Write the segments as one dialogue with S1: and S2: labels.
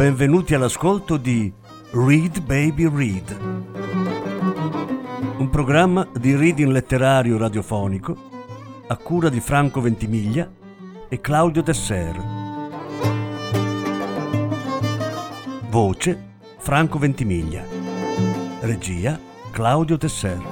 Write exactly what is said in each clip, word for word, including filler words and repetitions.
S1: Benvenuti all'ascolto di Read Baby Read, un programma di reading letterario radiofonico a cura di Franco Ventimiglia e Claudio Tesser. Voce Franco Ventimiglia. Regia Claudio Tesser.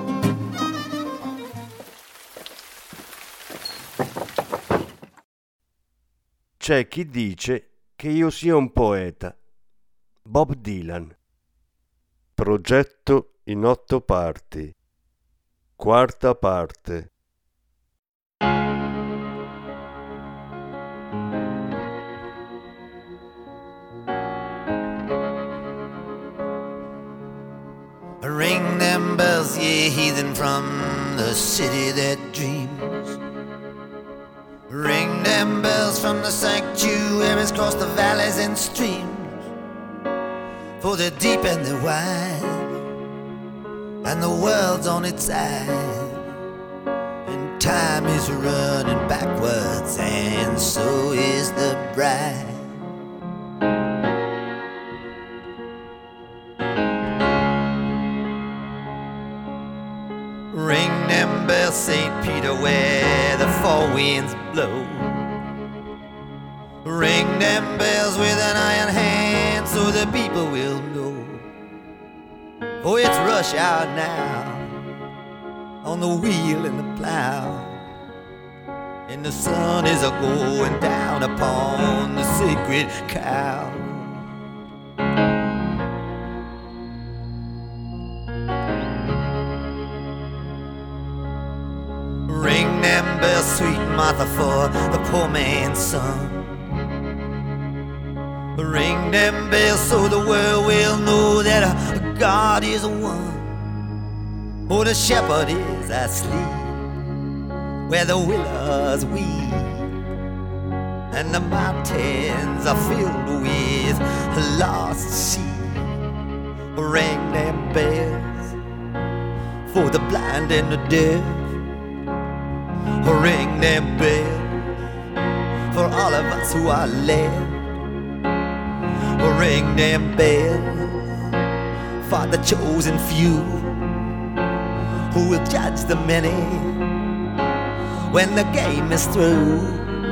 S2: C'è chi dice che io sia un poeta. Bob Dylan. Progetto in otto parti. Quarta parte.
S3: Ring them bells, ye heathen, from the city that dreams. Ring them bells from the sanctuaries, across the valleys and streams. For they're deep and they're wide, and the world's on its side, and time is running backwards, and so is the bride. Ring them bells, Saint Peter, where the four winds blow. Ring them bells with an iron hand, so the people will know. For it's rush hour now, on the wheel and the plow, and the sun is a going down upon the sacred cow. Ring them bells, sweet Martha, for the poor man's son. Ring them bells so the world will know that God is one. Oh, the shepherd is asleep where the willows weep, and the mountains are filled with lost sheep. Ring them bells for the blind and the deaf. Ring them bells for all of us who are left. Ring them bells for the chosen few, who will judge the many when the game is through.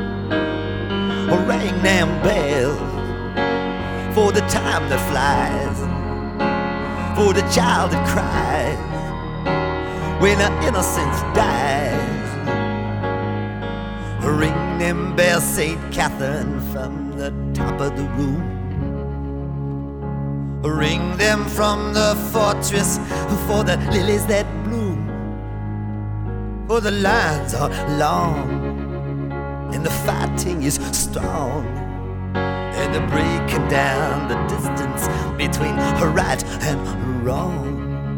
S3: Ring them bells for the time that flies, for the child that cries when her innocence dies. Ring them bells, Saint Catherine, from the top of the room. Ring them from the fortress for the lilies that bloom. For the lines are long and the fighting is strong, and they're breaking down the distance between right and wrong.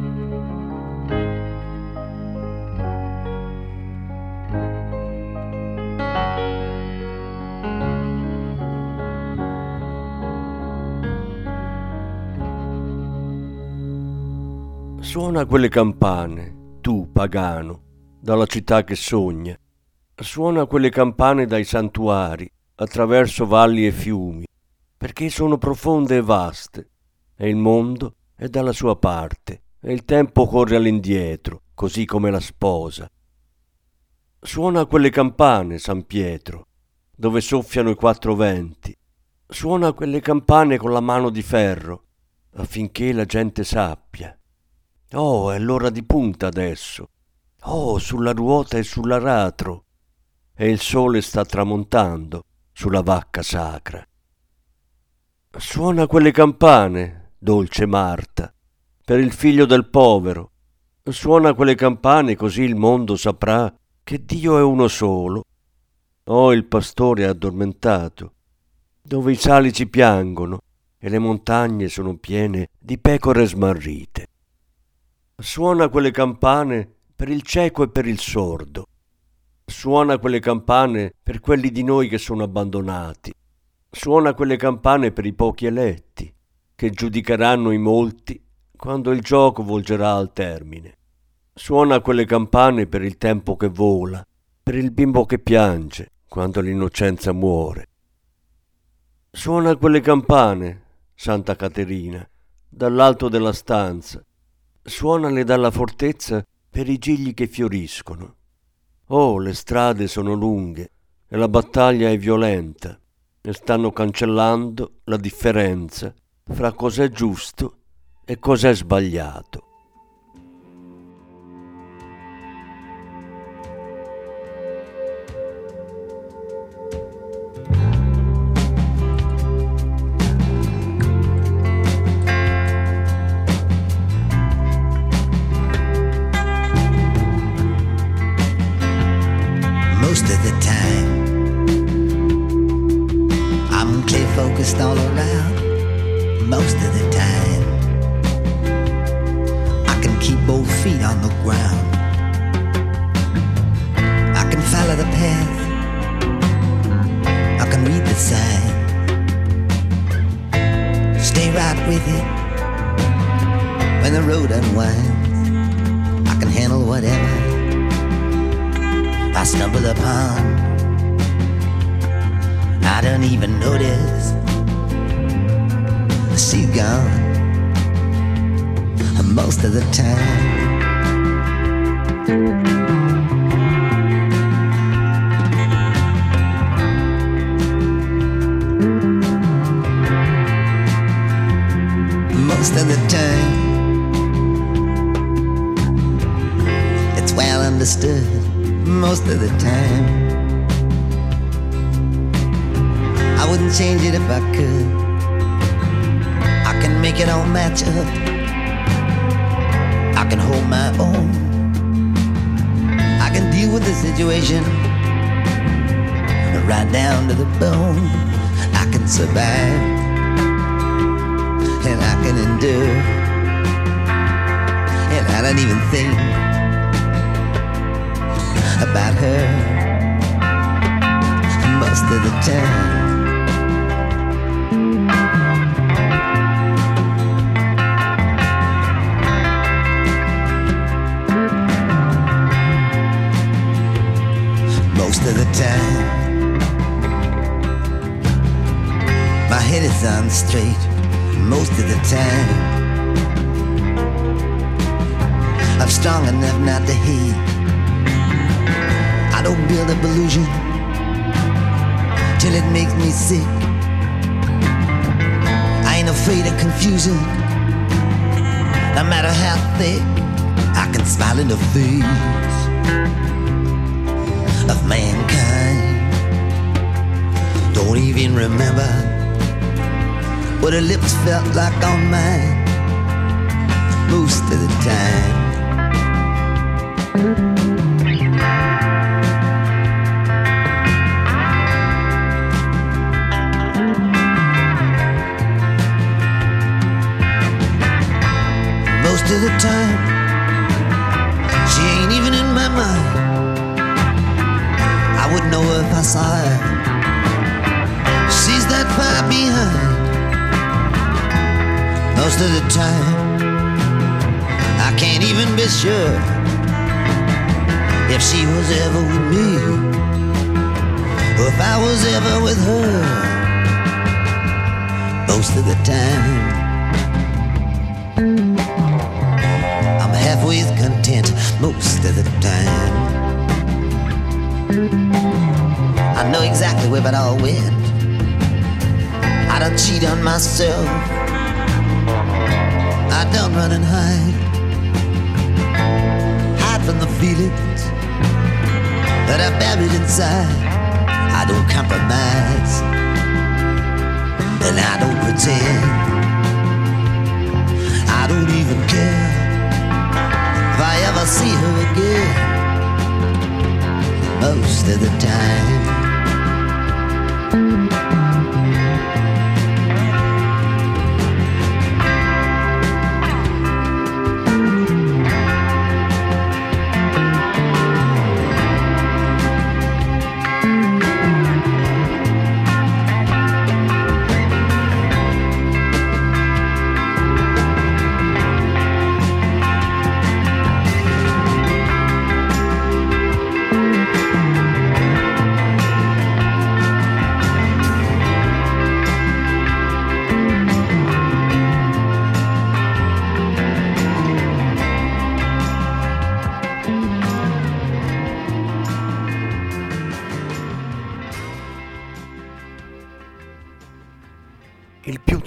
S2: Suona quelle campane, tu pagano, dalla città che sogna. Suona quelle campane dai santuari, attraverso valli e fiumi, perché sono profonde e vaste, e il mondo è dalla sua parte, e il tempo corre all'indietro, così come la sposa. Suona quelle campane, San Pietro, dove soffiano i quattro venti. Suona quelle campane con la mano di ferro, affinché la gente sappia. Oh, è l'ora di punta adesso. Oh, sulla ruota e sull'aratro. E il sole sta tramontando sulla vacca sacra. Suona quelle campane, dolce Marta, per il figlio del povero. Suona quelle campane, così il mondo saprà che Dio è uno solo. Oh, il pastore è addormentato, dove i salici piangono e le montagne sono piene di pecore smarrite. Suona quelle campane per il cieco e per il sordo. Suona quelle campane per quelli di noi che sono abbandonati. Suona quelle campane per i pochi eletti, che giudicheranno i molti quando il gioco volgerà al termine. Suona quelle campane per il tempo che vola, per il bimbo che piange quando l'innocenza muore. Suona quelle campane, Santa Caterina, dall'alto della stanza. Suonale dalla fortezza per i gigli che fioriscono. Oh, le strade sono lunghe e la battaglia è violenta e stanno cancellando la differenza fra cos'è giusto e cos'è sbagliato.
S3: Most of the time I'm clear focused all around. Most of the time I can keep both feet on the ground. I can follow the path, I can read the sign, stay right with it when the road unwinds. I can handle whatever I stumble upon. I don't even notice she's gone most of the time. Most of the time it's well understood. Most of the time I wouldn't change it if I could. I can make it all match up, I can hold my own, I can deal with the situation right down to the bone. I can survive and I can endure, and I don't even think about her most of the time. Most of the time my head is on straight. Most of the time I'm strong enough not to hate. I don't build up illusion till it makes me sick. I ain't afraid of confusion, no matter how thick. I can smile in the face of mankind. Don't even remember what her lips felt like on mine most of the time. Most of the time she ain't even in my mind. I wouldn't know her if I saw her. She's that far behind. Most of the time I can't even be sure if she was ever with me or if I was ever with her. Most of the time I'm halfway content. Most of the time I know exactly where it all went. I don't cheat on myself, I don't run and hide, hide from the feelings that are buried inside. I don't compromise and I don't pretend. I don't even care if I ever see her again. Most of the time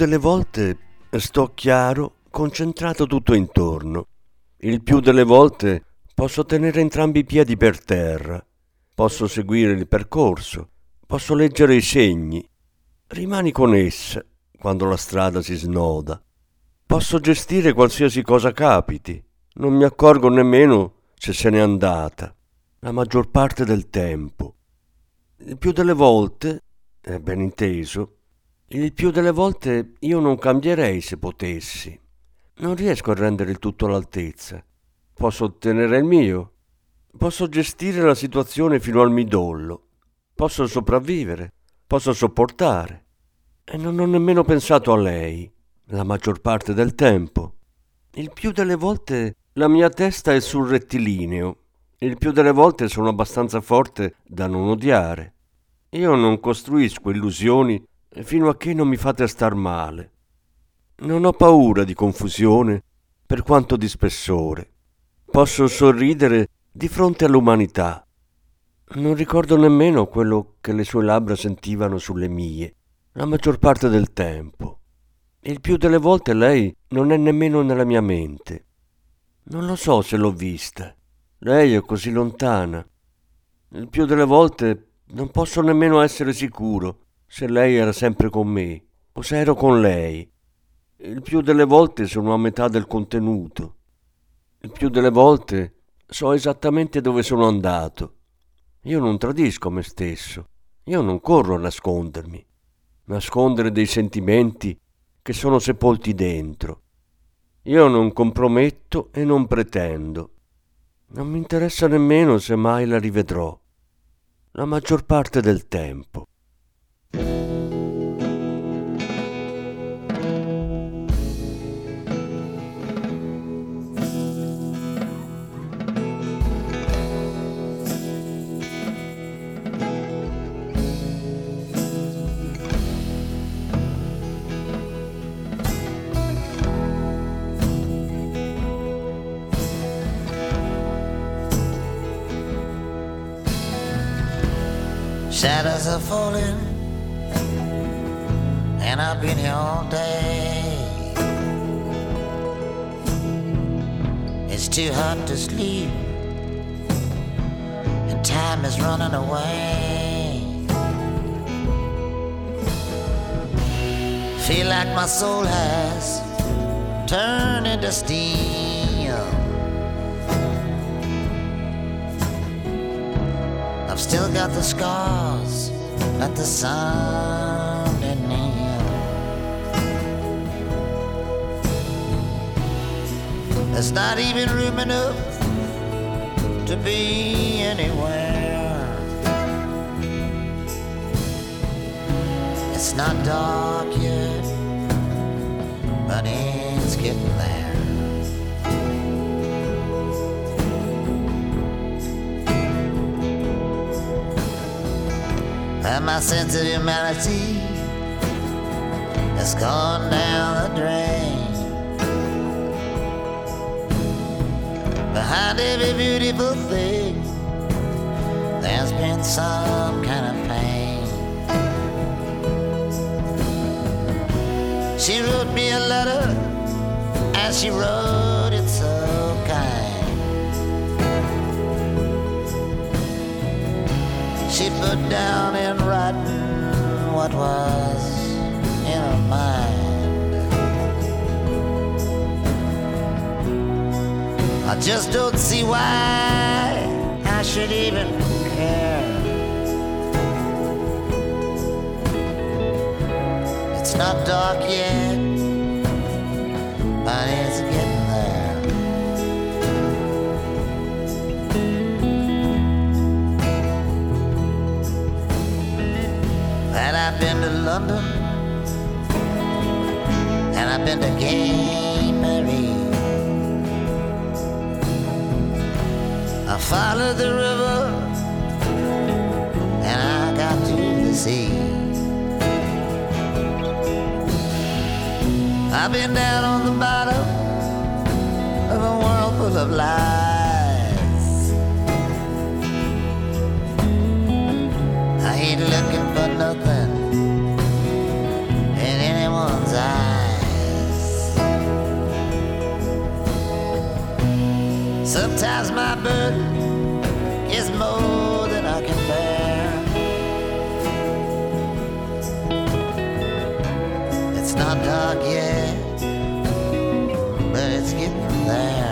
S2: delle volte sto chiaro, concentrato tutto intorno. Il più delle volte posso tenere entrambi i piedi per terra, posso seguire il percorso, posso leggere i segni. Rimani con essa quando la strada si snoda. Posso gestire qualsiasi cosa capiti. Non mi accorgo nemmeno se se n'è andata, la maggior parte del tempo. Il più delle volte, è ben inteso, il più delle volte io non cambierei se potessi. Non riesco a rendere il tutto all'altezza. Posso ottenere il mio. Posso gestire la situazione fino al midollo. Posso sopravvivere. Posso sopportare. E non ho nemmeno pensato a lei, la maggior parte del tempo. Il più delle volte la mia testa è sul rettilineo. Il più delle volte sono abbastanza forte da non odiare. Io non costruisco illusioni fino a che non mi fate star male. Non ho paura di confusione, per quanto di spessore. Posso sorridere di fronte all'umanità. Non ricordo nemmeno quello che le sue labbra sentivano sulle mie, la maggior parte del tempo. Il più delle volte lei non è nemmeno nella mia mente. Non lo so se l'ho vista. Lei è così lontana. Il più delle volte non posso nemmeno essere sicuro se lei era sempre con me o se ero con lei. Il più delle volte sono a metà del contenuto. Il più delle volte so esattamente dove sono andato. Io non tradisco me stesso. Io non corro a nascondermi. Nascondere dei sentimenti che sono sepolti dentro. Io non comprometto e non pretendo. Non mi interessa nemmeno se mai la rivedrò. La maggior parte del tempo.
S3: Shadows are falling, and I've been here all day. It's too hot to sleep, and time is running away. Feel like my soul has turned into steam. I've still got the scars, got the sound in me. There's not even room enough to be anywhere. It's not dark yet, but it's getting there. And my sense of humanity has gone down the drain. Behind every beautiful thing, there's been some kind of pain. She wrote me a letter, and she wrote it so kind. She put down in writing what was in her mind. I just don't see why I should even care. It's not dark yet, but it's getting there. And I've been to London, and I've been to Gay Mary. I followed the river, and I got to the sea. I've been down on the bottom of a world full of lies. I ain't looking for nothing in anyone's eyes. Sometimes my burden is more than I can bear. It's not dark yet, but it's getting there.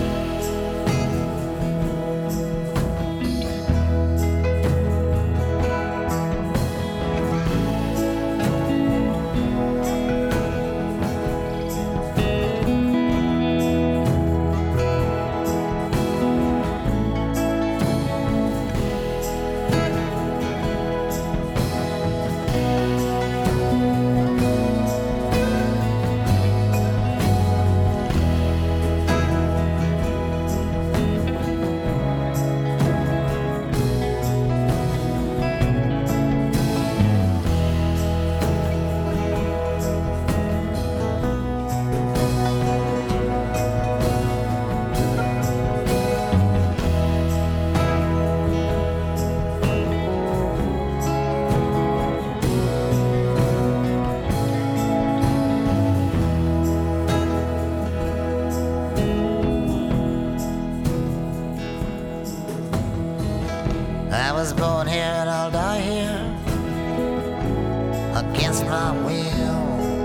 S3: I was born here and I'll die here, against my will.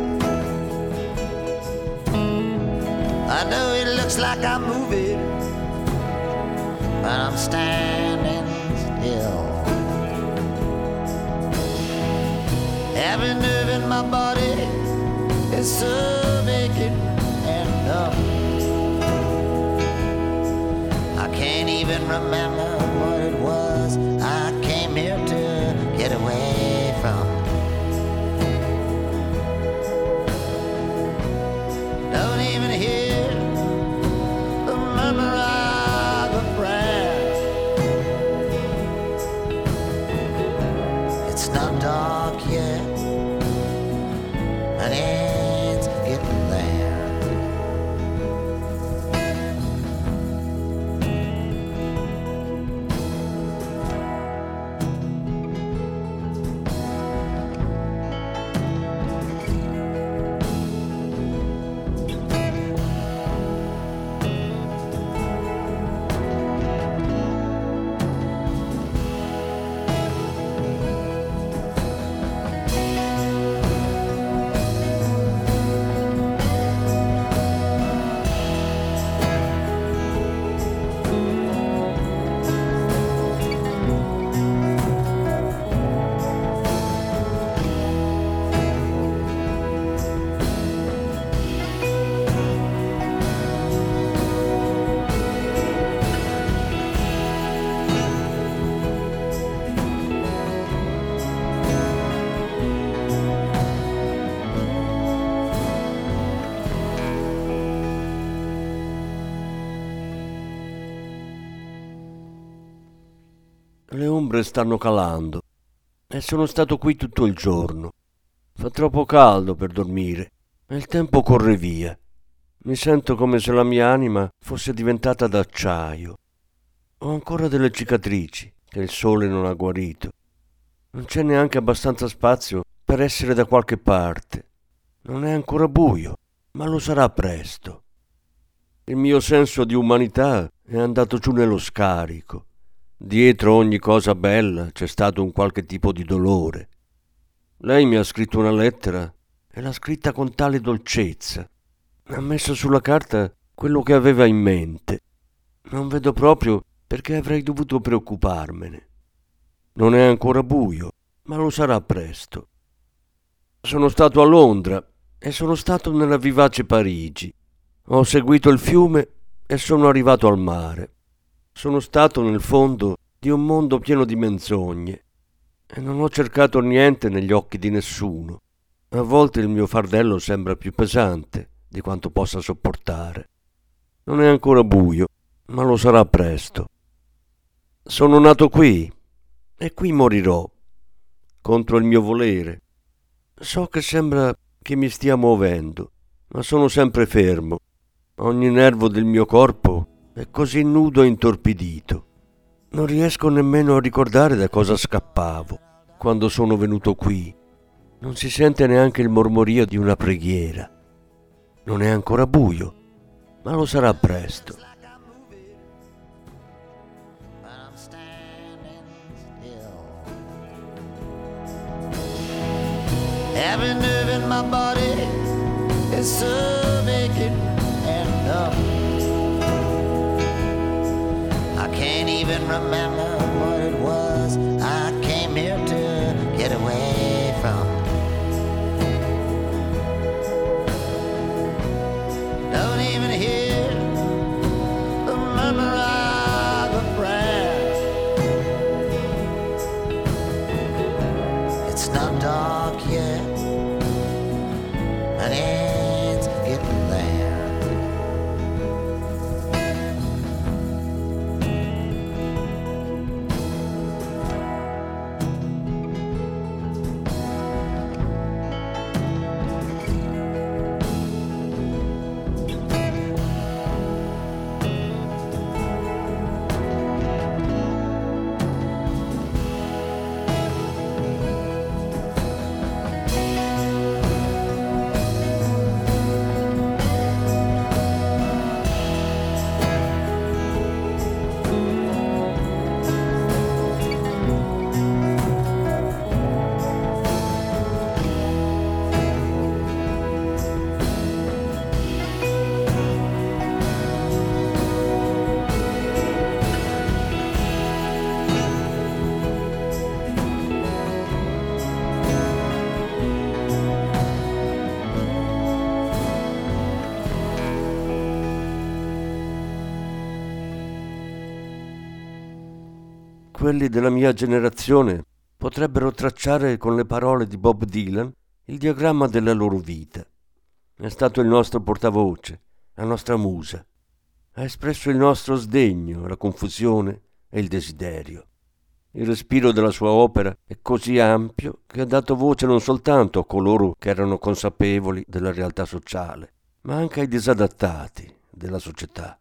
S3: I know it looks like I'm moving, but I'm standing still. Every nerve in my body is so vacant and numb. I can't even remember what it was I came here to get away from. Don't even hear the murmur of a prayer. It's not dark yet, but it's getting there.
S2: Le ombre stanno calando e sono stato qui tutto il giorno. Fa troppo caldo per dormire e il tempo corre via. Mi sento come se la mia anima fosse diventata d'acciaio. Ho ancora delle cicatrici che il sole non ha guarito. Non c'è neanche abbastanza spazio per essere da qualche parte. Non è ancora buio, ma lo sarà presto. Il mio senso di umanità è andato giù nello scarico. Dietro ogni cosa bella c'è stato un qualche tipo di dolore. Lei mi ha scritto una lettera e l'ha scritta con tale dolcezza. Ha messo sulla carta quello che aveva in mente. Non vedo proprio perché avrei dovuto preoccuparmene. Non è ancora buio, ma lo sarà presto. Sono stato a Londra e sono stato nella vivace Parigi. Ho seguito il fiume e sono arrivato al mare. Sono stato nel fondo di un mondo pieno di menzogne e non ho cercato niente negli occhi di nessuno. A volte il mio fardello sembra più pesante di quanto possa sopportare. Non è ancora buio, ma lo sarà presto. Sono nato qui e qui morirò, contro il mio volere. So che sembra che mi stia muovendo, ma sono sempre fermo. Ogni nervo del mio corpo è così nudo e intorpidito. Non riesco nemmeno a ricordare da cosa scappavo quando sono venuto qui. Non si sente neanche il mormorio di una preghiera. Non è ancora buio, ma lo sarà presto.
S3: even remember what it was I came here to get away from. Don't even hear the murmur of a prayer. It's not dark yet, and it's getting there.
S2: Quelli della mia generazione potrebbero tracciare con le parole di Bob Dylan il diagramma della loro vita. È stato il nostro portavoce, la nostra musa. Ha espresso il nostro sdegno, la confusione e il desiderio. Il respiro della sua opera è così ampio che ha dato voce non soltanto a coloro che erano consapevoli della realtà sociale, ma anche ai disadattati della società.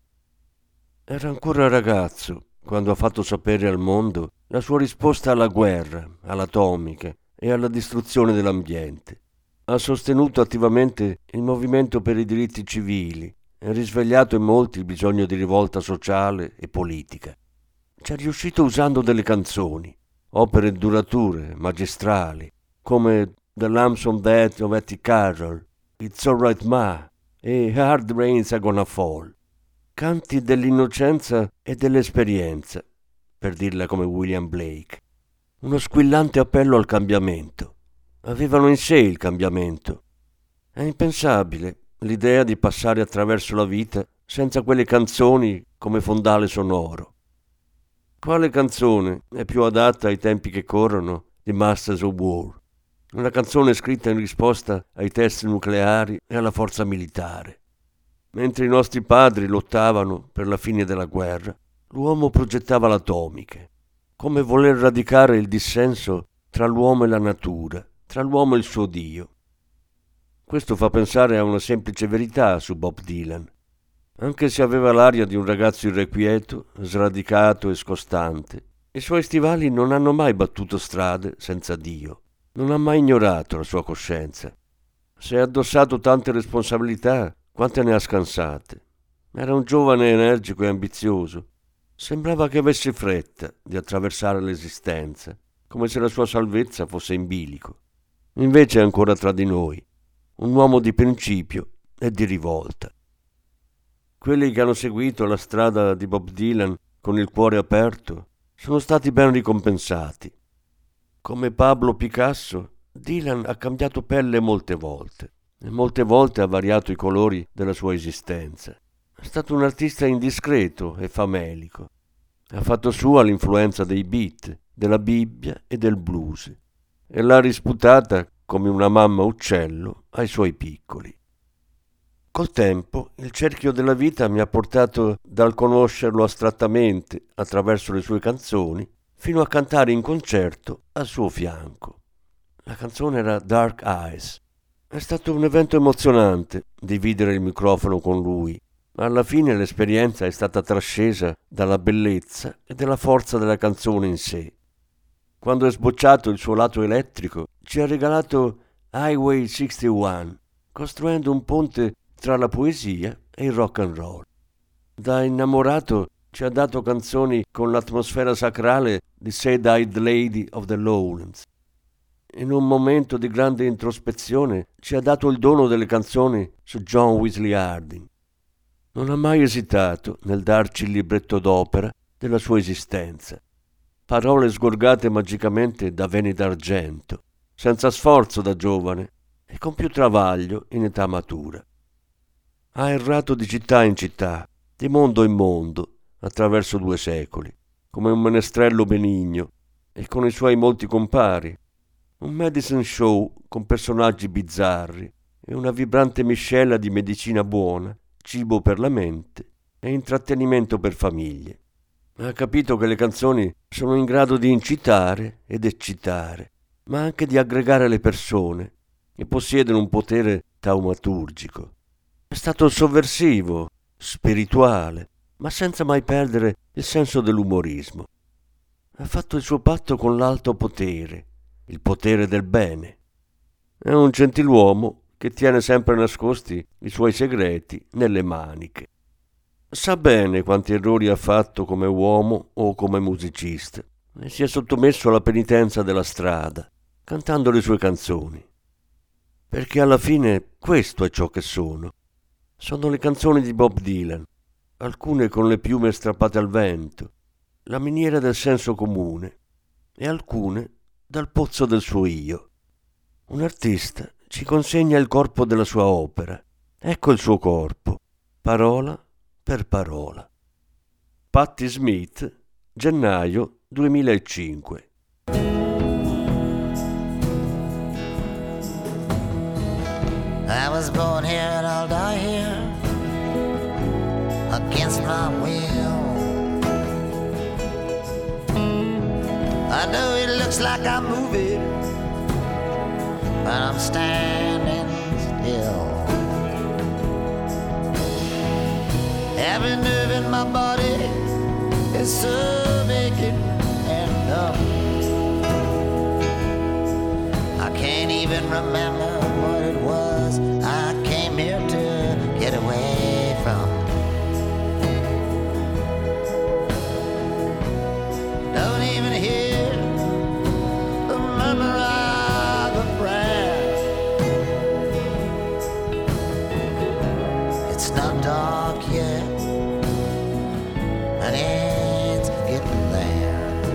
S2: Era ancora ragazzo quando ha fatto sapere al mondo la sua risposta alla guerra, all'atomica e alla distruzione dell'ambiente. Ha sostenuto attivamente il movimento per i diritti civili e risvegliato in molti il bisogno di rivolta sociale e politica. Ci è riuscito usando delle canzoni, opere durature, magistrali, come The Lonesome Death of Etty Carroll, It's Alright Ma e Hard Rains Are Gonna Fall. Canti dell'innocenza e dell'esperienza, per dirla come William Blake. Uno squillante appello al cambiamento. Avevano in sé il cambiamento. È impensabile l'idea di passare attraverso la vita senza quelle canzoni come fondale sonoro. Quale canzone è più adatta ai tempi che corrono di Masters of War? Una canzone scritta in risposta ai test nucleari e alla forza militare. Mentre i nostri padri lottavano per la fine della guerra, l'uomo progettava l'atomica, come voler radicare il dissenso tra l'uomo e la natura, tra l'uomo e il suo Dio. Questo fa pensare a una semplice verità su Bob Dylan. Anche se aveva l'aria di un ragazzo irrequieto, sradicato e scostante, i suoi stivali non hanno mai battuto strade senza Dio. Non ha mai ignorato la sua coscienza. Si è addossato tante responsabilità quante ne ha scansate. Era un giovane energico e ambizioso. Sembrava che avesse fretta di attraversare l'esistenza, come se la sua salvezza fosse in bilico. Invece è ancora tra di noi, un uomo di principio e di rivolta. Quelli che hanno seguito la strada di Bob Dylan con il cuore aperto sono stati ben ricompensati. Come Pablo Picasso, Dylan ha cambiato pelle molte volte. E molte volte ha variato i colori della sua esistenza. È stato un artista indiscreto e famelico. Ha fatto sua l'influenza dei beat, della Bibbia e del blues e l'ha risputata come una mamma uccello ai suoi piccoli. Col tempo il cerchio della vita mi ha portato dal conoscerlo astrattamente attraverso le sue canzoni fino a cantare in concerto al suo fianco. La canzone era Dark Eyes. È stato un evento emozionante dividere il microfono con lui, ma alla fine l'esperienza è stata trascesa dalla bellezza e dalla forza della canzone in sé. Quando è sbocciato il suo lato elettrico, ci ha regalato Highway sessantuno, costruendo un ponte tra la poesia e il rock and roll. Da innamorato ci ha dato canzoni con l'atmosfera sacrale di Sad-Eyed Lady of the Lowlands. In un momento di grande introspezione ci ha dato il dono delle canzoni su John Wesley Harding. Non ha mai esitato nel darci il libretto d'opera della sua esistenza. Parole sgorgate magicamente da veni d'argento, senza sforzo da giovane e con più travaglio in età matura. Ha errato di città in città, di mondo in mondo, attraverso due secoli, come un menestrello benigno e con i suoi molti compari, un medicine show con personaggi bizzarri e una vibrante miscela di medicina buona, cibo per la mente e intrattenimento per famiglie. Ha capito che le canzoni sono in grado di incitare ed eccitare, ma anche di aggregare le persone e possiedono un potere taumaturgico. È stato sovversivo, spirituale, ma senza mai perdere il senso dell'umorismo. Ha fatto il suo patto con l'alto potere, il potere del bene. È un gentiluomo che tiene sempre nascosti i suoi segreti nelle maniche. Sa bene quanti errori ha fatto come uomo o come musicista e si è sottomesso alla penitenza della strada, cantando le sue canzoni. Perché alla fine questo è ciò che sono. Sono le canzoni di Bob Dylan, alcune con le piume strappate al vento, la miniera del senso comune e alcune dal pozzo del suo io. Un artista ci consegna il corpo della sua opera. Ecco il suo corpo, parola per parola. Patti Smith, gennaio duemilacinque.
S3: I was born here and I'll die here, against my will. I know it looks like I'm moving, but I'm standing still. Every nerve in my body is so vacant and numb. I can't even remember what it was I came here to get away from. Don't even hear the murmur of a prayer. It's not dark yet, but it's getting there.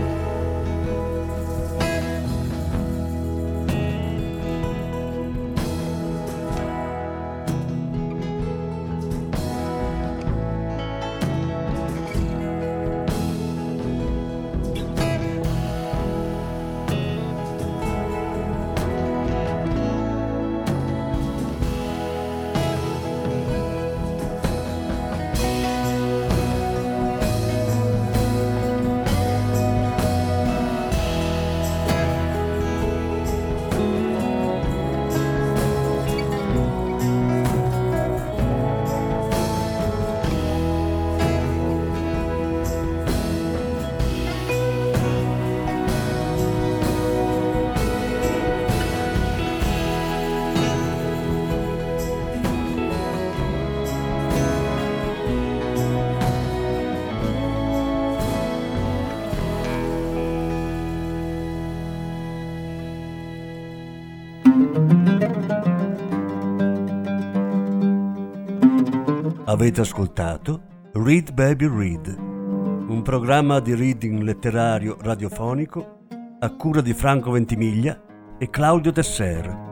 S1: Avete ascoltato Read Baby Read, un programma di reading letterario radiofonico a cura di Franco Ventimiglia e Claudio Tesser.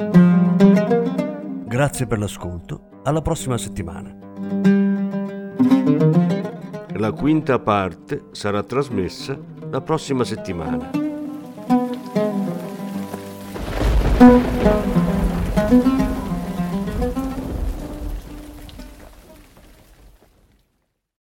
S1: Grazie per l'ascolto, alla prossima settimana.
S2: La quinta parte sarà trasmessa la prossima settimana.